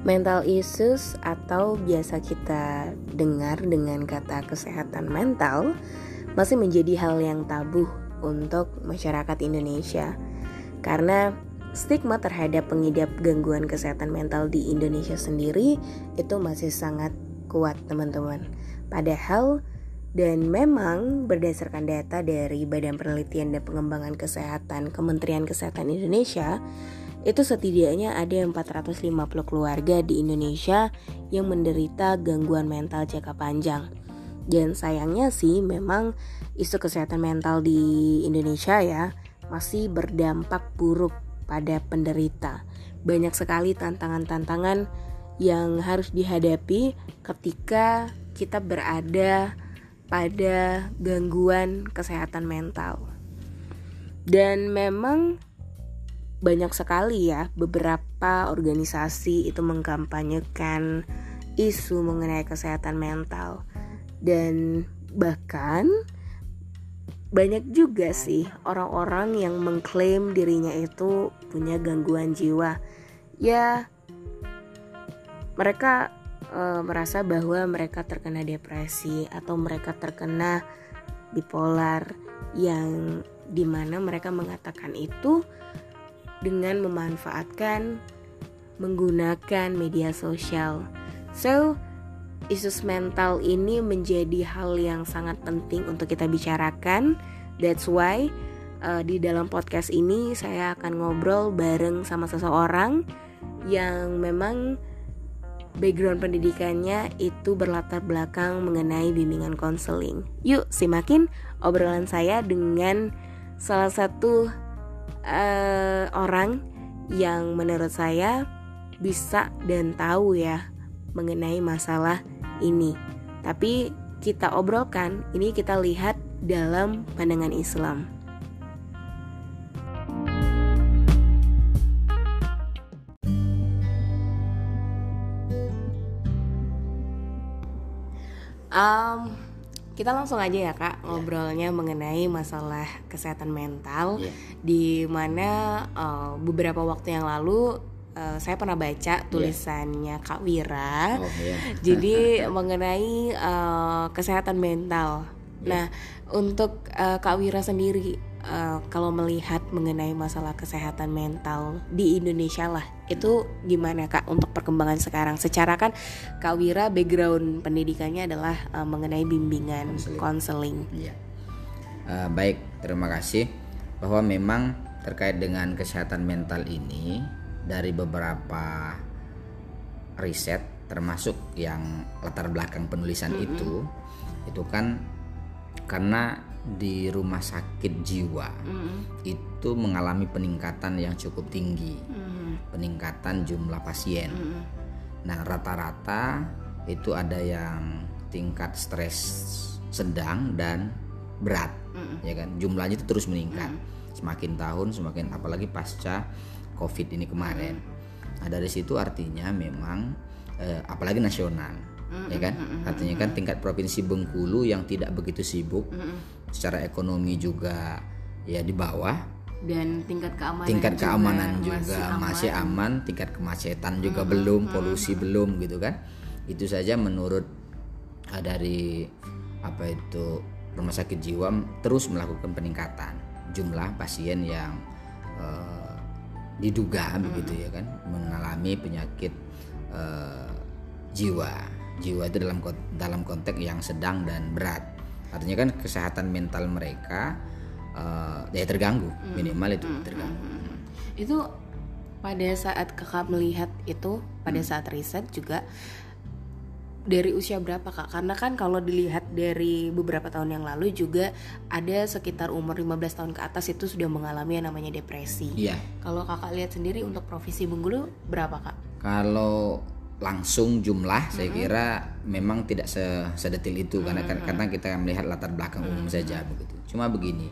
Mental issues atau biasa kita dengar dengan kata kesehatan mental masih menjadi hal yang tabu untuk masyarakat Indonesia. Karena stigma terhadap pengidap gangguan kesehatan mental di Indonesia sendiri itu masih sangat kuat, teman-teman. Padahal dan memang berdasarkan data dari Badan Penelitian dan Pengembangan Kesehatan Kementerian Kesehatan Indonesia, itu setidaknya ada 450 keluarga di Indonesia yang menderita gangguan mental jangka panjang. Dan sayangnya sih memang isu kesehatan mental di Indonesia ya masih berdampak buruk pada penderita. Banyak sekali tantangan-tantangan yang harus dihadapi ketika kita berada pada gangguan kesehatan mental. Dan memang banyak sekali ya beberapa organisasi itu mengkampanyekan isu mengenai kesehatan mental. Dan bahkan banyak juga sih orang-orang yang mengklaim dirinya itu punya gangguan jiwa. Ya, mereka merasa bahwa mereka terkena depresi atau mereka terkena bipolar, yang dimana mereka mengatakan itu dengan memanfaatkan menggunakan media sosial. So, isu mental ini menjadi hal yang sangat penting untuk kita bicarakan. That's why di dalam podcast ini saya akan ngobrol bareng sama seseorang yang memang background pendidikannya itu berlatar belakang mengenai bimbingan konseling. Yuk simakin obrolan saya dengan salah satu orang yang menurut saya bisa dan tahu ya mengenai masalah ini. Tapi kita obrolkan, ini kita lihat dalam pandangan Islam. Kita langsung aja ya Kak ngobrolnya mengenai masalah kesehatan mental, di mana beberapa waktu yang lalu saya pernah baca tulisannya Kak Wira. Jadi mengenai kesehatan mental. Nah, untuk Kak Wira sendiri, kalau melihat mengenai masalah kesehatan mental di Indonesia lah, itu gimana Kak untuk perkembangan sekarang? Secara kan Kak Wira background pendidikannya adalah mengenai bimbingan konseling. Baik, terima kasih. Bahwa memang terkait dengan kesehatan mental ini, dari beberapa riset termasuk yang latar belakang penulisan itu kan karena di rumah sakit jiwa itu mengalami peningkatan yang cukup tinggi, peningkatan jumlah pasien. Nah, rata-rata itu ada yang tingkat stres sedang dan berat, ya kan? Jumlahnya itu terus meningkat, semakin tahun semakin, apalagi pasca COVID ini kemarin. Nah, dari situ artinya memang apalagi nasional, ya kan? Artinya kan tingkat provinsi Bengkulu yang tidak begitu sibuk, secara ekonomi juga ya di bawah, dan tingkat keamanan juga masih aman, tingkat kemacetan juga belum, polusi belum gitu kan. Itu saja menurut dari rumah sakit jiwa terus melakukan peningkatan jumlah pasien yang diduga begitu ya kan mengalami penyakit jiwa itu dalam konteks yang sedang dan berat. Artinya kan kesehatan mental mereka ya terganggu, minimal itu terganggu. Itu pada saat Kakak melihat itu, pada saat riset juga dari usia berapa Kak? Karena kan kalau dilihat dari beberapa tahun yang lalu juga ada sekitar umur 15 tahun ke atas itu sudah mengalami yang namanya depresi. Kalau Kakak lihat sendiri untuk Provinsi Bengkulu berapa Kak? Kalau langsung jumlah saya kira memang tidak sedetil itu, karena kita melihat latar belakang umum saja begitu. Cuma begini,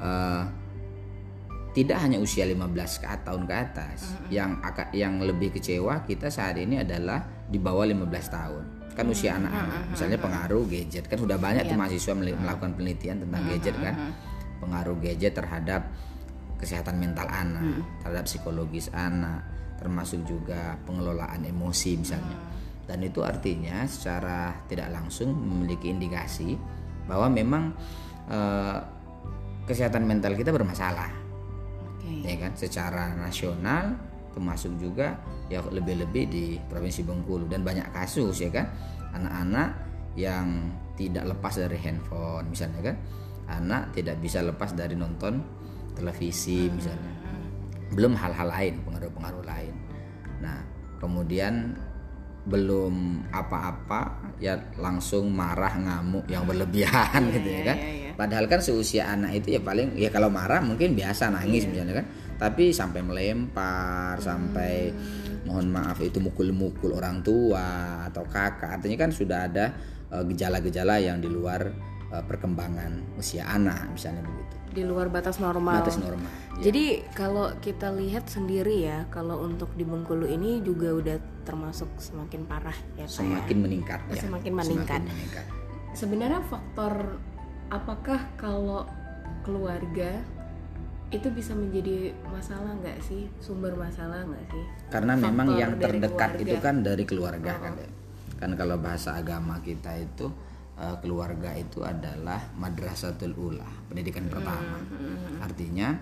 tidak hanya usia 15 tahun ke atas, yang lebih kecewa kita saat ini adalah di bawah 15 tahun. Kan usia anak-anak, misalnya pengaruh gadget, kan sudah banyak tuh mahasiswa melakukan penelitian tentang gadget kan, pengaruh gadget terhadap kesehatan mental anak, terhadap psikologis anak, termasuk juga pengelolaan emosi misalnya. Dan itu artinya secara tidak langsung memiliki indikasi bahwa memang kesehatan mental kita bermasalah. Ya kan, secara nasional termasuk juga ya lebih-lebih di Provinsi Bengkulu, dan banyak kasus ya kan, anak-anak yang tidak lepas dari handphone misalnya kan, anak tidak bisa lepas dari nonton televisi misalnya, belum hal-hal lain, pengaruh-pengaruh lain. Nah kemudian belum apa-apa ya langsung marah, ngamuk yang berlebihan gitu ya kan. Padahal kan seusia anak itu ya paling ya kalau marah mungkin biasa nangis misalnya kan, tapi sampai melempar, sampai mohon maaf itu mukul-mukul orang tua atau kakak, artinya kan sudah ada gejala-gejala yang di luar perkembangan usia anak misalnya begitu, di luar batas normal. Ya. Jadi kalau kita lihat sendiri ya, kalau untuk di Bengkulu ini juga udah termasuk semakin parah ya, semakin meningkat ya. Semakin meningkat. Sebenarnya faktor apakah kalau keluarga itu bisa menjadi masalah nggak sih, sumber masalah nggak sih? Karena faktor memang yang terdekat keluarga. Itu kan dari keluarga kan ya. Kan kalau bahasa agama kita itu keluarga itu adalah madrasatul ula, pendidikan pertama. Artinya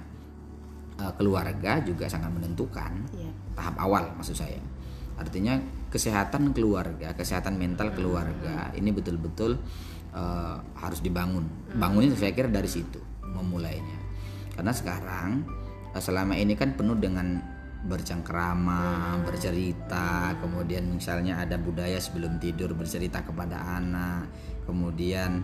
keluarga juga sangat menentukan tahap awal maksud saya. Artinya kesehatan keluarga, kesehatan mental keluarga ini betul-betul harus dibangun. Bangunnya saya kira dari situ memulainya. Karena sekarang selama ini kan penuh dengan bercengkrama, bercerita, kemudian misalnya ada budaya sebelum tidur bercerita kepada anak, kemudian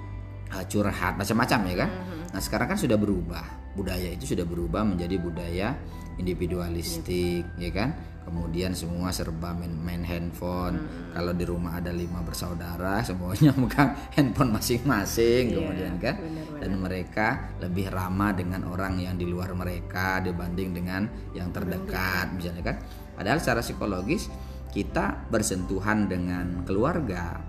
curhat macam-macam ya kan. Nah sekarang kan sudah berubah, budaya itu sudah berubah menjadi budaya individualistik ya kan. Kemudian semua serba main handphone. Kalau di rumah ada 5 bersaudara, semuanya megang handphone masing-masing kemudian kan. Bener. Dan mereka lebih ramah dengan orang yang di luar mereka dibanding dengan yang terdekat misalnya kan. Padahal secara psikologis kita bersentuhan dengan keluarga,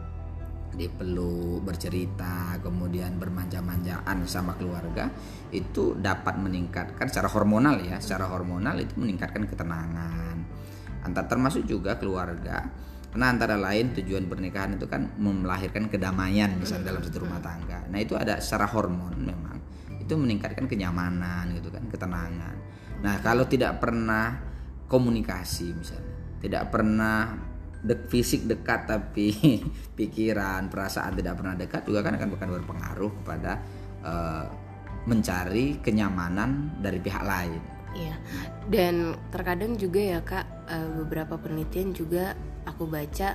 dipeluk, bercerita, kemudian bermanja-manjaan sama keluarga, itu dapat meningkatkan secara hormonal ya, secara hormonal itu meningkatkan ketenangan. Termasuk juga keluarga, karena antara lain tujuan pernikahan itu kan melahirkan kedamaian misalnya dalam satu rumah tangga. Nah itu ada secara hormon memang itu meningkatkan kenyamanan gitu kan, ketenangan. Nah kalau tidak pernah komunikasi misalnya, tidak pernah fisik dekat tapi pikiran, perasaan tidak pernah dekat juga kan akan berpengaruh kepada mencari kenyamanan dari pihak lain. Iya. Dan terkadang juga ya Kak, beberapa penelitian juga aku baca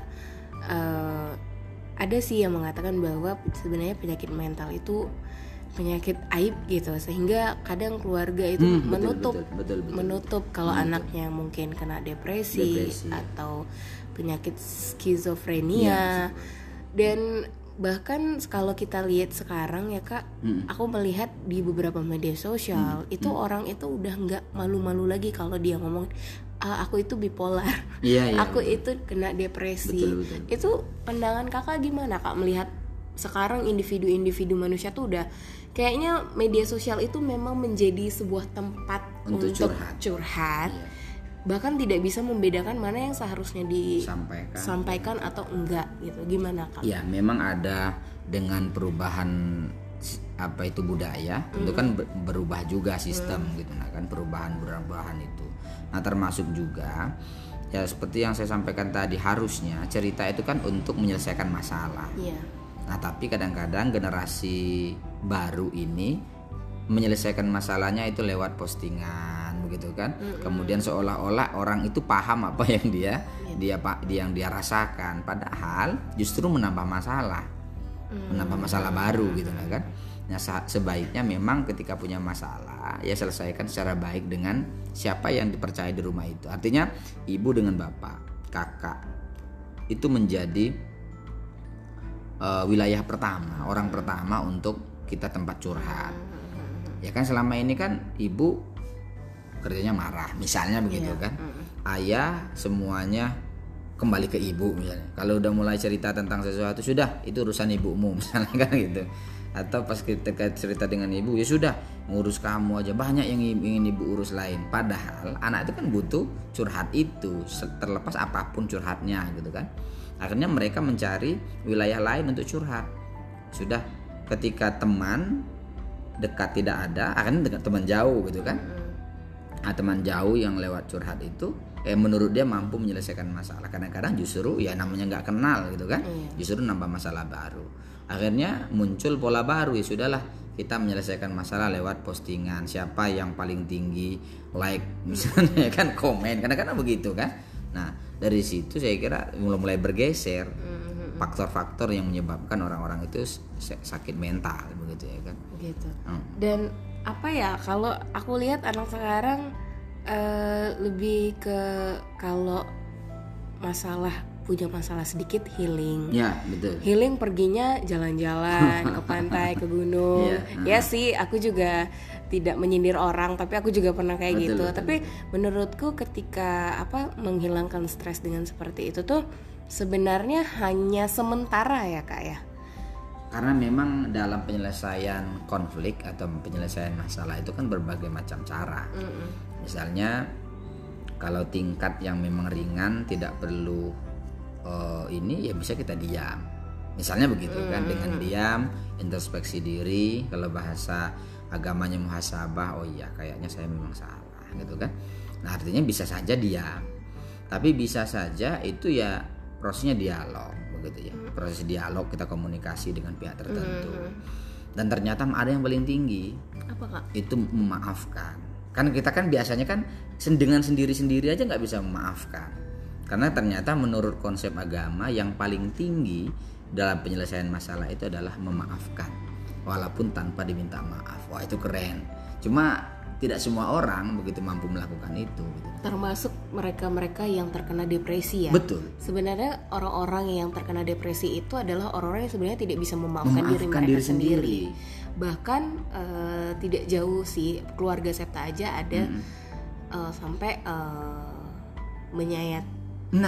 ada sih yang mengatakan bahwa sebenarnya penyakit mental itu penyakit aib gitu, sehingga kadang keluarga itu menutup kalau anaknya mungkin kena depresi atau penyakit skizofrenia. Dan bahkan kalau kita lihat sekarang ya Kak, aku melihat di beberapa media sosial itu orang itu udah nggak malu-malu lagi kalau dia ngomong aku itu bipolar, aku itu kena depresi. Betul. Itu pandangan Kakak gimana Kak melihat sekarang individu-individu manusia tuh udah kayaknya media sosial itu memang menjadi sebuah tempat untuk curhat. Bahkan tidak bisa membedakan mana yang seharusnya disampaikan atau enggak gitu. Gimana Kak? Ya memang ada dengan perubahan itu budaya, itu kan berubah juga sistem gitu nah kan, perubahan itu. Nah termasuk juga ya seperti yang saya sampaikan tadi, harusnya cerita itu kan untuk menyelesaikan masalah. Nah tapi kadang-kadang generasi baru ini menyelesaikan masalahnya itu lewat postingan begitu kan. Kemudian seolah-olah orang itu paham apa yang dia rasakan, padahal justru menambah masalah baru gitu kan. Nah sebaiknya memang ketika punya masalah ya selesaikan secara baik dengan siapa yang dipercaya di rumah itu. Artinya ibu dengan bapak, kakak itu menjadi wilayah pertama, orang pertama untuk kita tempat curhat. Ya kan selama ini kan ibu kerjanya marah misalnya begitu kan. Ayah semuanya kembali ke ibu misalnya. Kalau udah mulai cerita tentang sesuatu, sudah itu urusan ibumu misalnya kan gitu. Atau pas kita cerita dengan ibu, ya sudah ngurus kamu aja, banyak yang ingin ibu urus lain. Padahal anak itu kan butuh curhat itu, terlepas apapun curhatnya gitu kan. Akhirnya mereka mencari wilayah lain untuk curhat. Sudah ketika teman dekat tidak ada, akhirnya dengan teman jauh gitu kan. Nah, teman jauh yang lewat curhat itu menurut dia mampu menyelesaikan masalah. Kadang-kadang justru ya namanya nggak kenal gitu kan, justru nambah masalah baru. Akhirnya muncul pola baru, ya sudahlah kita menyelesaikan masalah lewat postingan, siapa yang paling tinggi like misalnya kan, komen, kadang-kadang begitu kan. Nah dari situ saya kira mulai bergeser faktor-faktor yang menyebabkan orang-orang itu sakit mental begitu ya kan. Gitu. Dan apa ya, kalau aku lihat anak sekarang lebih ke kalau punya masalah sedikit healing. Ya, betul. Healing perginya jalan-jalan ke pantai, ke gunung. Ya sih, aku juga tidak menyindir orang, tapi aku juga pernah kayak gitu. Tapi menurutku ketika menghilangkan stres dengan seperti itu tuh sebenarnya hanya sementara ya Kak ya. Karena memang dalam penyelesaian konflik atau penyelesaian masalah itu kan berbagai macam cara. Misalnya kalau tingkat yang memang ringan tidak perlu ini ya bisa kita diam. Misalnya begitu kan, dengan diam, introspeksi diri. Kalau bahasa agamanya muhasabah, oh iya kayaknya saya memang salah gitu kan. Nah artinya bisa saja diam, tapi bisa saja itu ya prosesnya dialog begitu ya. Proses dialog, kita komunikasi dengan pihak tertentu. Dan ternyata ada yang paling tinggi. Apa Kak? Itu memaafkan. Kan kita kan biasanya kan dengan sendiri-sendiri aja nggak bisa memaafkan. Karena ternyata menurut konsep agama yang paling tinggi dalam penyelesaian masalah itu adalah memaafkan, walaupun tanpa diminta maaf. Wah itu keren. Cuma tidak semua orang begitu mampu melakukan itu gitu. Termasuk mereka-mereka yang terkena depresi ya. Betul. Sebenarnya orang-orang yang terkena depresi itu adalah orang-orang yang sebenarnya tidak bisa memaafkan diri mereka sendiri. Bahkan tidak jauh sih, keluarga Septa aja ada sampai menyayat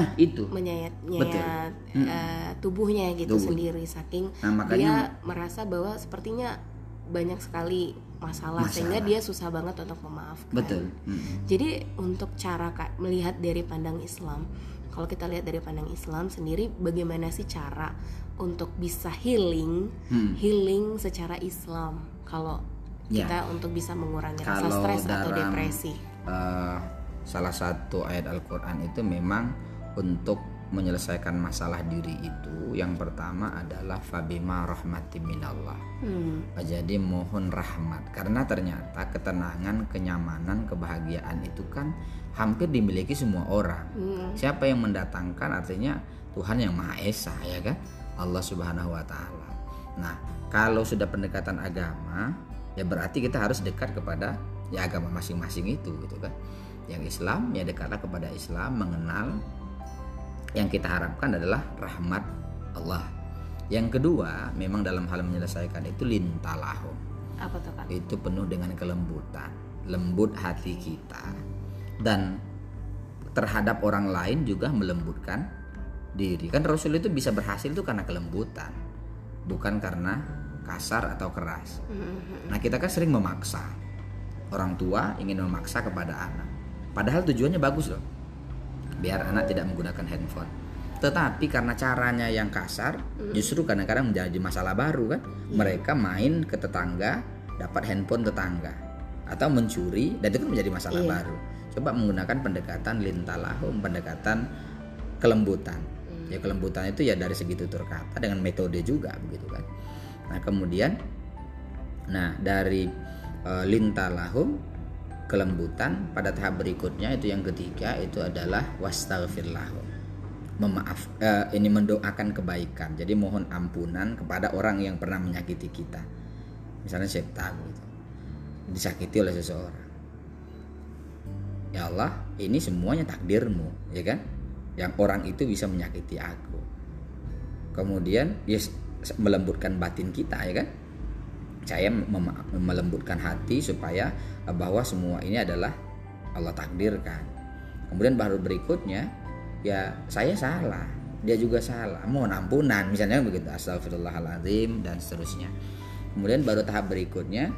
tubuhnya gitu sendiri, saking dia merasa bahwa sepertinya banyak sekali masalah sehingga dia susah banget untuk memaafkan. Betul. Jadi untuk cara melihat dari pandang Islam, kalau kita lihat dari pandang Islam sendiri, bagaimana sih cara untuk bisa healing secara Islam kalau kita untuk bisa mengurangi rasa stres atau depresi? Salah satu ayat Al-Quran itu memang untuk menyelesaikan masalah diri itu yang pertama adalah fabima rahmatin minallah. Jadi mohon rahmat, karena ternyata ketenangan, kenyamanan, kebahagiaan itu kan hampir dimiliki semua orang. Siapa yang mendatangkan? Artinya Tuhan yang Maha Esa ya kan, Allah Subhanahu wa taala. Nah, kalau sudah pendekatan agama, ya berarti kita harus dekat kepada ya agama masing-masing itu gitu kan. Yang Islam ya dekatlah kepada Islam, mengenal. Yang kita harapkan adalah rahmat Allah. Yang kedua, memang dalam hal menyelesaikan itu lintalahum. Apa tuh Kak? Itu penuh dengan kelembutan, lembut hati kita. Dan terhadap orang lain juga melembutkan diri. Kan Rasul itu bisa berhasil itu karena kelembutan, bukan karena kasar atau keras. Nah kita kan sering memaksa. Orang tua ingin memaksa kepada anak, padahal tujuannya bagus loh, biar anak tidak menggunakan handphone. Tetapi karena caranya yang kasar, justru kadang-kadang menjadi masalah baru kan. Mereka main ke tetangga, dapat handphone tetangga, atau mencuri, dan itu kan menjadi masalah baru. Coba menggunakan pendekatan lintalahum, pendekatan kelembutan. Ya kelembutan itu ya dari segi tutur kata dengan metode juga begitu kan. Nah kemudian, dari lintalahum, kelembutan, pada tahap berikutnya itu yang ketiga itu adalah wastaghfirlahum, ini mendoakan kebaikan. Jadi mohon ampunan kepada orang yang pernah menyakiti kita. Misalnya Septa gitu, disakiti oleh seseorang. Ya Allah, ini semuanya takdirmu, ya kan? Yang orang itu bisa menyakiti aku. Kemudian dia melembutkan batin kita, ya kan? Saya melembutkan hati supaya bahwa semua ini adalah Allah takdirkan. Kemudian baru berikutnya, ya saya salah, dia juga salah, mohon ampunan, misalnya begitu, astagfirullahaladzim dan seterusnya. Kemudian baru tahap berikutnya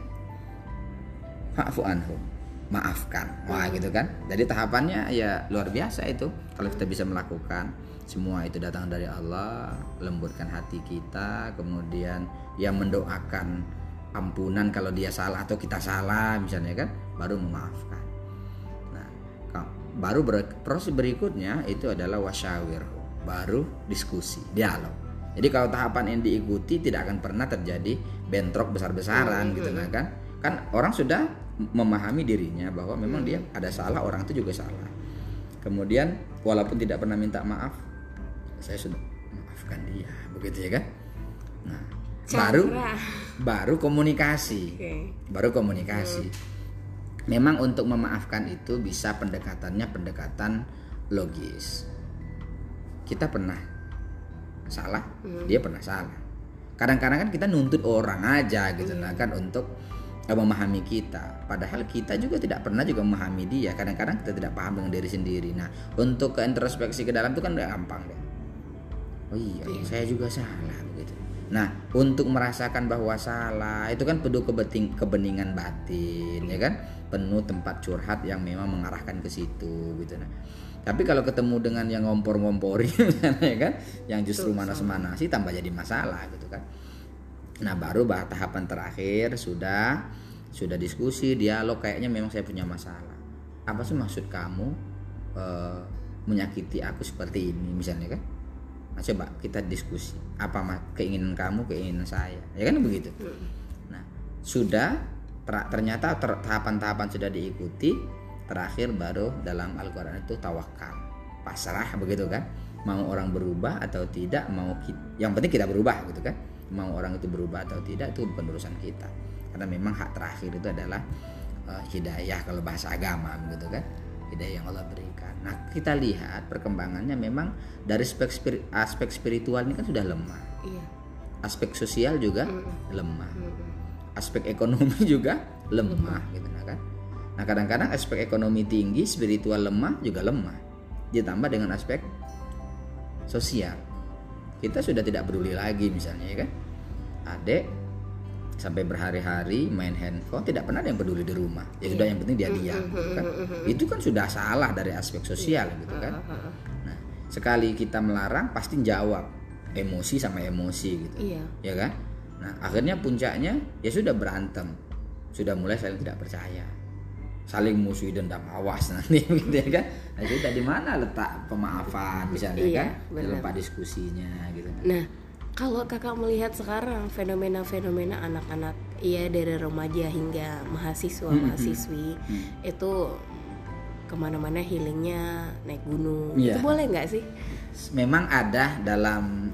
fa'fu anhum, maafkan. Wah gitu kan. Jadi tahapannya ya luar biasa itu. Kalau kita bisa melakukan semua itu datang dari Allah, lembutkan hati kita, kemudian ya mendoakan ampunan kalau dia salah atau kita salah misalnya kan, baru memaafkan. Nah, baru proses berikutnya itu adalah wasyawir, baru diskusi, dialog. Jadi kalau tahapan ini diikuti tidak akan pernah terjadi bentrok besar-besaran gitu kan. Kan orang sudah memahami dirinya bahwa memang dia ada salah, orang itu juga salah. Kemudian walaupun tidak pernah minta maaf, saya sudah maafkan dia, begitu ya kan. Nah, baru komunikasi. Baru komunikasi. Memang untuk memaafkan itu bisa pendekatannya pendekatan logis. Kita pernah salah, dia pernah salah. Kadang-kadang kan kita nuntut orang aja gitu kan untuk memahami kita, padahal kita juga tidak pernah juga memahami dia. Kadang-kadang kita tidak paham dengan diri sendiri. Nah, untuk ke introspeksi ke dalam itu kan gampang deh. Oh iya, saya juga salah begitu. Nah, untuk merasakan bahwa salah itu kan penuh kebeningan batin, ya kan? Penuh tempat curhat yang memang mengarahkan ke situ gitu. Nah, tapi kalau ketemu dengan yang ngompor-ngompori misalnya ya kan, yang justru manas-manasi tambah jadi masalah gitu kan. Nah, baru tahapan terakhir sudah diskusi, dialog, kayaknya memang saya punya masalah. Apa sih maksud kamu menyakiti aku seperti ini misalnya kan? Nah, coba kita diskusi. Apa keinginan kamu, keinginan saya, ya kan begitu. Nah, sudah ternyata tahapan-tahapan sudah diikuti. Terakhir baru dalam Al-Quran itu tawakal, pasrah begitu kan. Mau orang berubah atau tidak, yang penting kita berubah gitu kan. Mau orang itu berubah atau tidak itu bukan urusan kita, karena memang hak terakhir itu adalah hidayah kalau bahasa agama gitu kan, hidayah yang Allah berikan. Nah, kita lihat perkembangannya memang dari aspek spiritual ini kan sudah lemah, aspek sosial juga lemah, aspek ekonomi juga lemah gitu kan. Nah, kadang-kadang aspek ekonomi tinggi, spiritual lemah juga lemah, ditambah dengan aspek sosial. Kita sudah tidak peduli lagi misalnya ya kan. Adek sampai berhari-hari main handphone, tidak pernah ada yang peduli di rumah. Ya sudah, yang penting dia diam gitu kan. Itu kan sudah salah dari aspek sosial gitu kan. Nah, sekali kita melarang pasti jawab emosi sama emosi gitu. Ya kan? Nah, akhirnya puncaknya ya sudah berantem. Sudah mulai saling tidak percaya. Saling musuhi, dendam, awas nanti gitu ya kan. Nah, itu di mana letak pemaafan misalnya kan, letak diskusinya gitu. Nah, kalau kakak melihat sekarang fenomena-fenomena anak-anak dari remaja hingga mahasiswa-mahasiswi itu kemana-mana healingnya naik gunung, itu boleh nggak sih? Memang ada dalam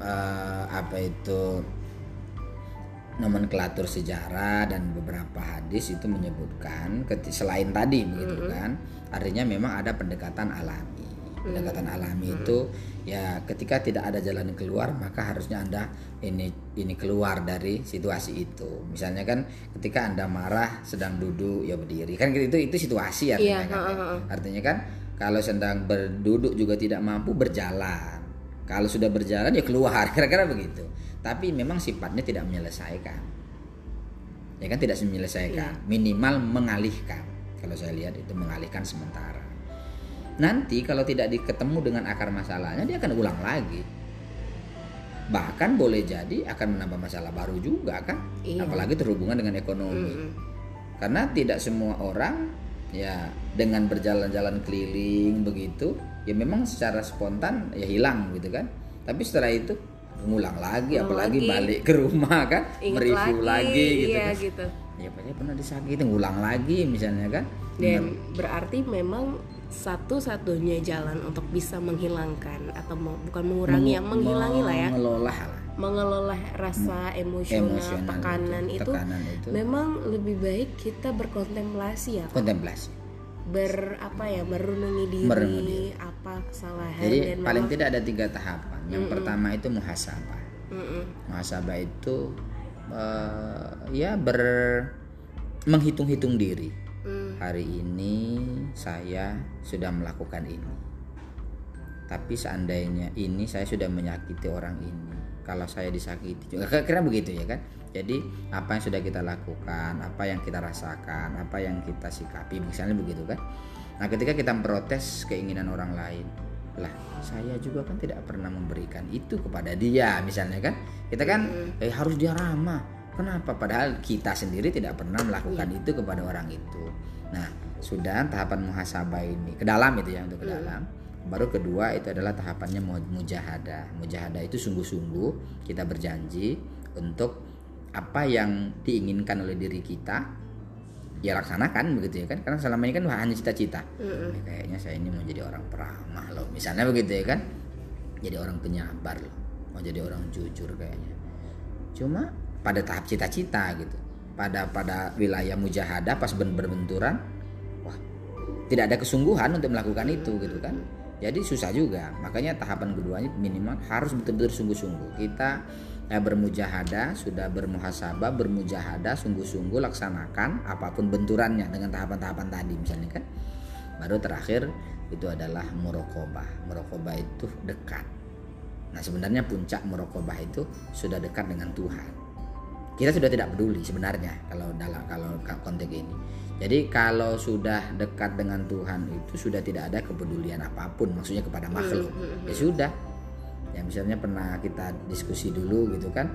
nomenklatur sejarah dan beberapa hadis itu menyebutkan selain tadi begitu kan, artinya memang ada pendekatan alami. Pendekatan alami itu ya ketika tidak ada jalan keluar maka harusnya Anda ini keluar dari situasi itu. Misalnya kan ketika Anda marah sedang duduk ya berdiri kan, itu situasi artinya kan. Artinya kan kalau sedang berduduk juga tidak mampu, berjalan. Kalau sudah berjalan ya keluar, kira-kira begitu. Tapi memang sifatnya tidak menyelesaikan. Ya kan, tidak menyelesaikan, minimal mengalihkan. Kalau saya lihat itu mengalihkan sementara. Nanti kalau tidak ketemu dengan akar masalahnya, dia akan ulang lagi. Bahkan boleh jadi akan menambah masalah baru juga kan. Apalagi terhubungan dengan ekonomi. Karena tidak semua orang ya dengan berjalan-jalan keliling begitu ya memang secara spontan ya hilang gitu kan. Tapi setelah itu ngulang lagi, apalagi balik ke rumah kan, mereview lagi gitu kan. Gitu. Ya pernah disakiti, ngulang lagi misalnya kan. Dan berarti memang satu-satunya jalan untuk bisa menghilangkan atau bukan mengurangi, yang menghilangi lah ya, mengelola rasa emosional tekanan itu memang lebih baik kita berkontemplasi ya, kontemplasi, merenungi diri, apa kesalahan. Jadi dan paling tidak ada 3 tahapan. Yang pertama itu muhasabah. Muhasabah itu menghitung-hitung diri. Hari ini saya sudah melakukan ini, tapi seandainya ini saya sudah menyakiti orang ini, kalau saya disakiti juga, kira-kira begitu ya kan. Jadi apa yang sudah kita lakukan, apa yang kita rasakan, apa yang kita sikapi, misalnya begitu kan. Nah ketika kita memprotes keinginan orang lain, lah saya juga kan tidak pernah memberikan itu kepada dia misalnya kan, kita kan harus dia ramah, kenapa, padahal kita sendiri tidak pernah melakukan itu kepada orang itu. Nah sudah tahapan muhasabah ini ke dalam itu ya, untuk ke dalam. Baru kedua itu adalah tahapannya mujahadah. Mujahadah itu sungguh-sungguh kita berjanji untuk apa yang diinginkan oleh diri kita ya laksanakan begitu ya kan, karena selama ini kan hanya cita-cita. Kayaknya saya ini mau jadi orang peramah loh misalnya begitu ya kan, jadi orang penyabar loh, mau jadi orang jujur kayaknya. Cuma pada tahap cita-cita gitu, pada wilayah mujahadah pas berbenturan, wah tidak ada kesungguhan untuk melakukan itu gitu kan, jadi susah juga. Makanya tahapan keduanya minimal harus betul-betul sungguh-sungguh kita bermujahadah, sudah bermuhasabah, bermujahadah, sungguh-sungguh laksanakan apapun benturannya dengan tahapan-tahapan tadi misalnya kan. Baru terakhir itu adalah muraqabah. Muraqabah itu dekat. Nah sebenarnya puncak muraqabah itu sudah dekat dengan Tuhan. Kita sudah tidak peduli sebenarnya kalau konteks ini. Jadi kalau sudah dekat dengan Tuhan itu sudah tidak ada kepedulian apapun, maksudnya kepada makhluk. Ya sudah. Ya misalnya pernah kita diskusi dulu gitu kan,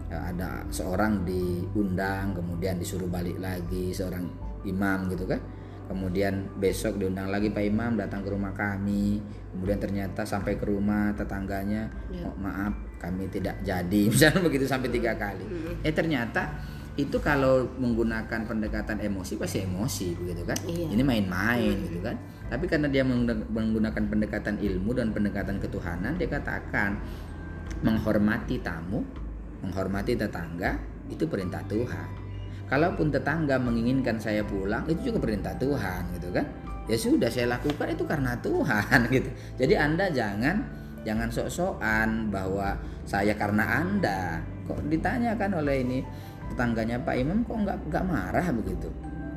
ada seorang diundang kemudian disuruh balik lagi, seorang imam gitu kan, kemudian besok diundang lagi, Pak Imam datang ke rumah kami, kemudian ternyata sampai ke rumah tetangganya, oh, maaf kami tidak jadi, misalnya begitu sampai 3 kali. Ternyata itu kalau menggunakan pendekatan emosi pasti emosi begitu kan. Ini main-main gitu kan. Tapi karena dia menggunakan pendekatan ilmu dan pendekatan ketuhanan, dia katakan menghormati tamu, menghormati tetangga itu perintah Tuhan. Kalaupun tetangga menginginkan saya pulang, itu juga perintah Tuhan gitu kan. Ya sudah saya lakukan itu karena Tuhan gitu. Jadi Anda jangan sok-sokan bahwa saya karena Anda. Kok ditanyakan oleh ini tetangganya Pak Imam kok nggak marah begitu,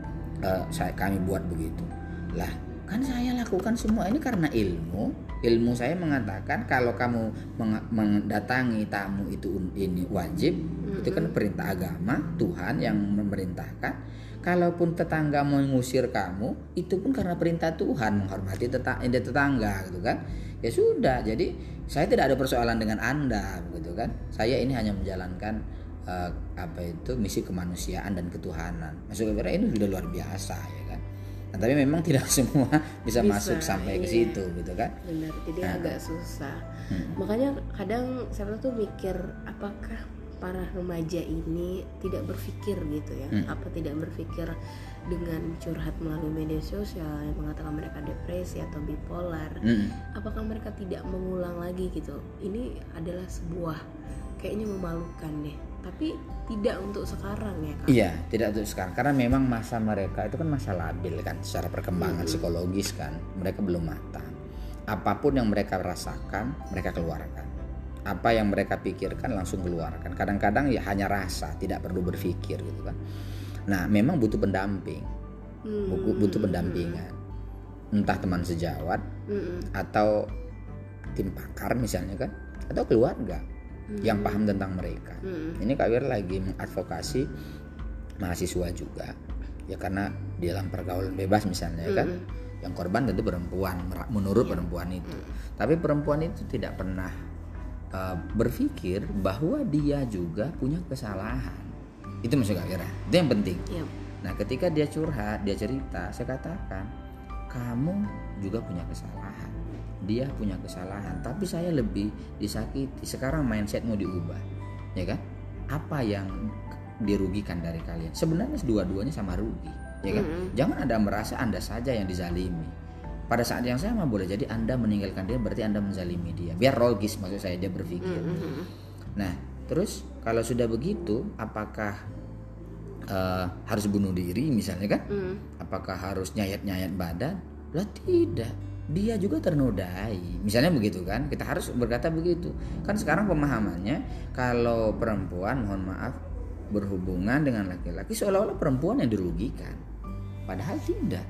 kami buat begitu lah, kan saya lakukan semua ini karena ilmu saya mengatakan kalau kamu mendatangi tamu itu ini wajib, itu kan perintah agama Tuhan yang memerintahkan. Kalaupun tetangga mau mengusir kamu, itu pun karena perintah Tuhan, menghormati tetangga gitu kan. Ya sudah, jadi saya tidak ada persoalan dengan Anda begitu kan. Saya ini hanya menjalankan misi kemanusiaan dan ketuhanan. Maksudnya ini sudah luar biasa ya kan. Nah, tapi memang tidak semua bisa masuk sampai ke situ gitu kan. Benar, jadi agak susah. Makanya kadang saya tuh mikir apakah para remaja ini tidak berpikir gitu ya, apa tidak berpikir dengan curhat melalui media sosial yang mengatakan mereka depresi atau bipolar, apakah mereka tidak mengulang lagi gitu. Ini adalah sebuah kayaknya memalukan deh, tapi tidak untuk sekarang ya Kak. Iya, tidak untuk sekarang karena memang masa mereka itu kan masa labil kan secara perkembangan psikologis kan, mereka belum matang. Apapun yang mereka rasakan mereka keluarkan, apa yang mereka pikirkan langsung keluarkan. Kadang-kadang ya hanya rasa, tidak perlu berpikir gitu kan. Nah memang butuh pendamping, butuh pendampingan, entah teman sejawat atau tim pakar misalnya kan, atau keluarga yang paham tentang mereka. Ini Kak Wir lagi mengadvokasi mahasiswa juga ya, karena di dalam pergaulan bebas misalnya kan, yang korban tentu perempuan menurut perempuan itu. Tapi perempuan itu tidak pernah berpikir bahwa dia juga punya kesalahan. Itu maksud Kak Wira, itu yang penting. Nah ketika dia curhat, dia cerita, saya katakan kamu juga punya kesalahan, dia punya kesalahan, tapi saya lebih disakiti. Sekarang mindset mau diubah ya kan. Apa yang dirugikan dari kalian? Sebenarnya dua-duanya sama rugi ya kan. Jangan Anda merasa Anda saja yang dizalimi. Pada saat yang sama boleh jadi Anda meninggalkan dia berarti Anda menzalimi dia. Biar logis maksud saya dia berpikir. Nah terus kalau sudah begitu apakah harus bunuh diri misalnya kan? Apakah harus nyayat-nyayat badan? Lah tidak, dia juga ternodai misalnya begitu kan. Kita harus berkata begitu kan. Sekarang pemahamannya kalau perempuan mohon maaf berhubungan dengan laki-laki seolah-olah perempuan yang dirugikan, padahal tidak.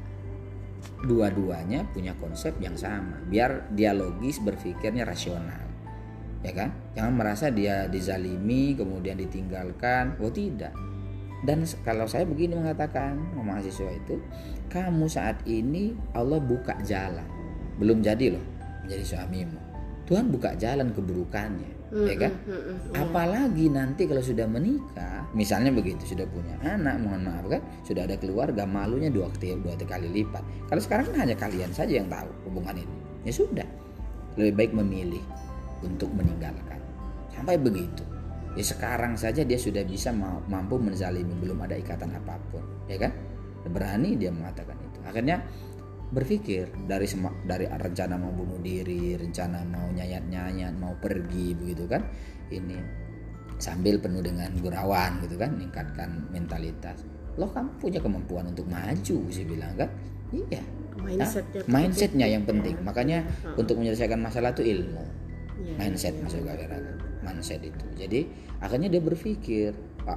Dua-duanya punya konsep yang sama, biar dia logis berpikirnya rasional. ya kan? Jangan merasa dia dizalimi kemudian ditinggalkan. Oh tidak. Dan kalau saya begini mengatakan sama mahasiswa itu, kamu saat ini Allah buka jalan, belum jadi loh menjadi suamimu. Tuhan buka jalan keburukannya, ya kan? Apalagi nanti kalau sudah menikah, misalnya begitu, sudah punya anak, mohon maaf kan, sudah ada keluarga, malunya dua kali lipat. Kalau sekarang kan hanya kalian saja yang tahu hubungan ini. Ya sudah, lebih baik memilih untuk meninggalkan. Sampai begitu. Ya sekarang saja dia sudah bisa mampu menzalimi, belum ada ikatan apapun, ya kan? Berani dia mengatakan itu. Akhirnya berpikir dari rencana mau bunuh diri, rencana mau nyayat mau pergi begitu kan, ini sambil penuh dengan gurauan gitu kan, meningkatkan mentalitas. Loh kamu punya kemampuan untuk maju, saya bilang kan. Iya, mindsetnya yang penting. Makanya untuk menyelesaikan masalah itu ilmu, mindset masuk ke mindset itu. Jadi akhirnya dia berpikir,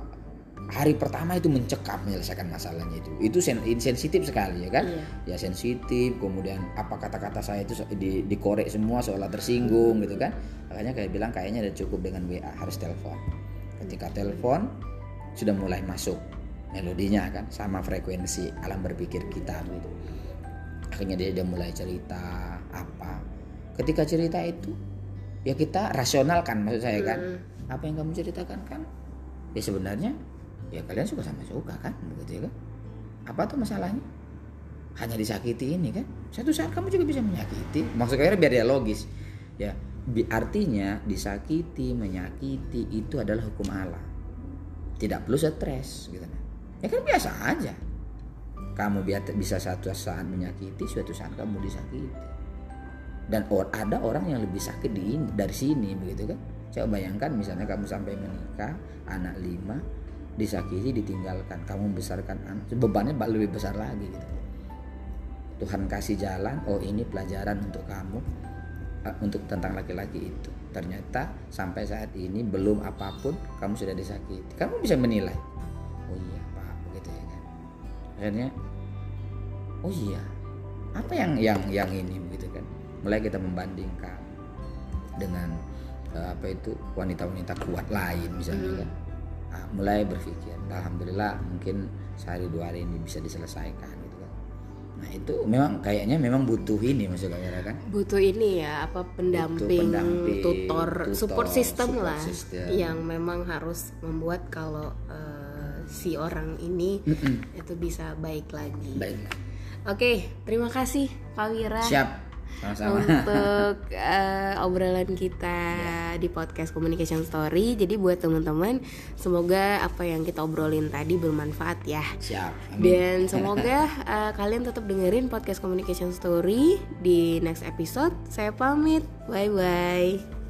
hari pertama itu mencekam menyelesaikan masalahnya itu sensitif sekali, ya kan? Ya sensitif. Kemudian apa kata-kata saya itu dikorek semua seolah tersinggung gitu kan. Makanya kayak bilang kayaknya udah cukup dengan WA, harus telepon. Ketika telepon sudah mulai masuk melodinya kan, sama frekuensi alam berpikir kita gitu. Akhirnya dia mulai cerita apa. Ketika cerita itu ya kita rasionalkan, maksud saya kan, apa yang kamu ceritakan kan ya sebenarnya ya kalian sama suka kan, begitu ya kan? Apa tuh masalahnya? Hanya disakiti ini kan? Satu saat kamu juga bisa menyakiti. Maksudnya biar dia logis. Ya, artinya disakiti, menyakiti itu adalah hukum alam. Tidak perlu stres gitu. Ya kan biasa aja. Kamu bisa satu saat menyakiti, suatu saat kamu disakiti. Dan ada orang yang lebih sakit dari sini, begitu kan? Coba bayangkan misalnya kamu sampai menikah, anak 5, disakiti, ditinggalkan, kamu membesarkan anak, bebannya lebih besar lagi gitu. Tuhan kasih jalan, oh ini pelajaran untuk kamu, untuk tentang laki-laki itu. Ternyata sampai saat ini belum apapun kamu sudah disakiti. Kamu bisa menilai, oh iya Pak, begitu ya kan. Akhirnya, oh iya, apa yang ini begitu kan. Mulai kita membandingkan dengan wanita-wanita kuat lain misalnya kan. Nah, mulai berpikir, alhamdulillah mungkin sehari 2 hari ini bisa diselesaikan gitu kan. Nah itu kayaknya memang butuh ini maksudnya kan. Butuh ini ya, pendamping, tutor, support system lah, yang memang harus membuat kalau si orang ini itu bisa baik lagi. Oke, terima kasih Pak Wira. Siap. Sama-sama. Untuk obrolan kita di podcast Communication Story. Jadi buat teman-teman, semoga apa yang kita obrolin tadi bermanfaat ya. Siap. Amin. Dan semoga kalian tetap dengerin podcast Communication Story di next episode. Saya pamit. Bye bye.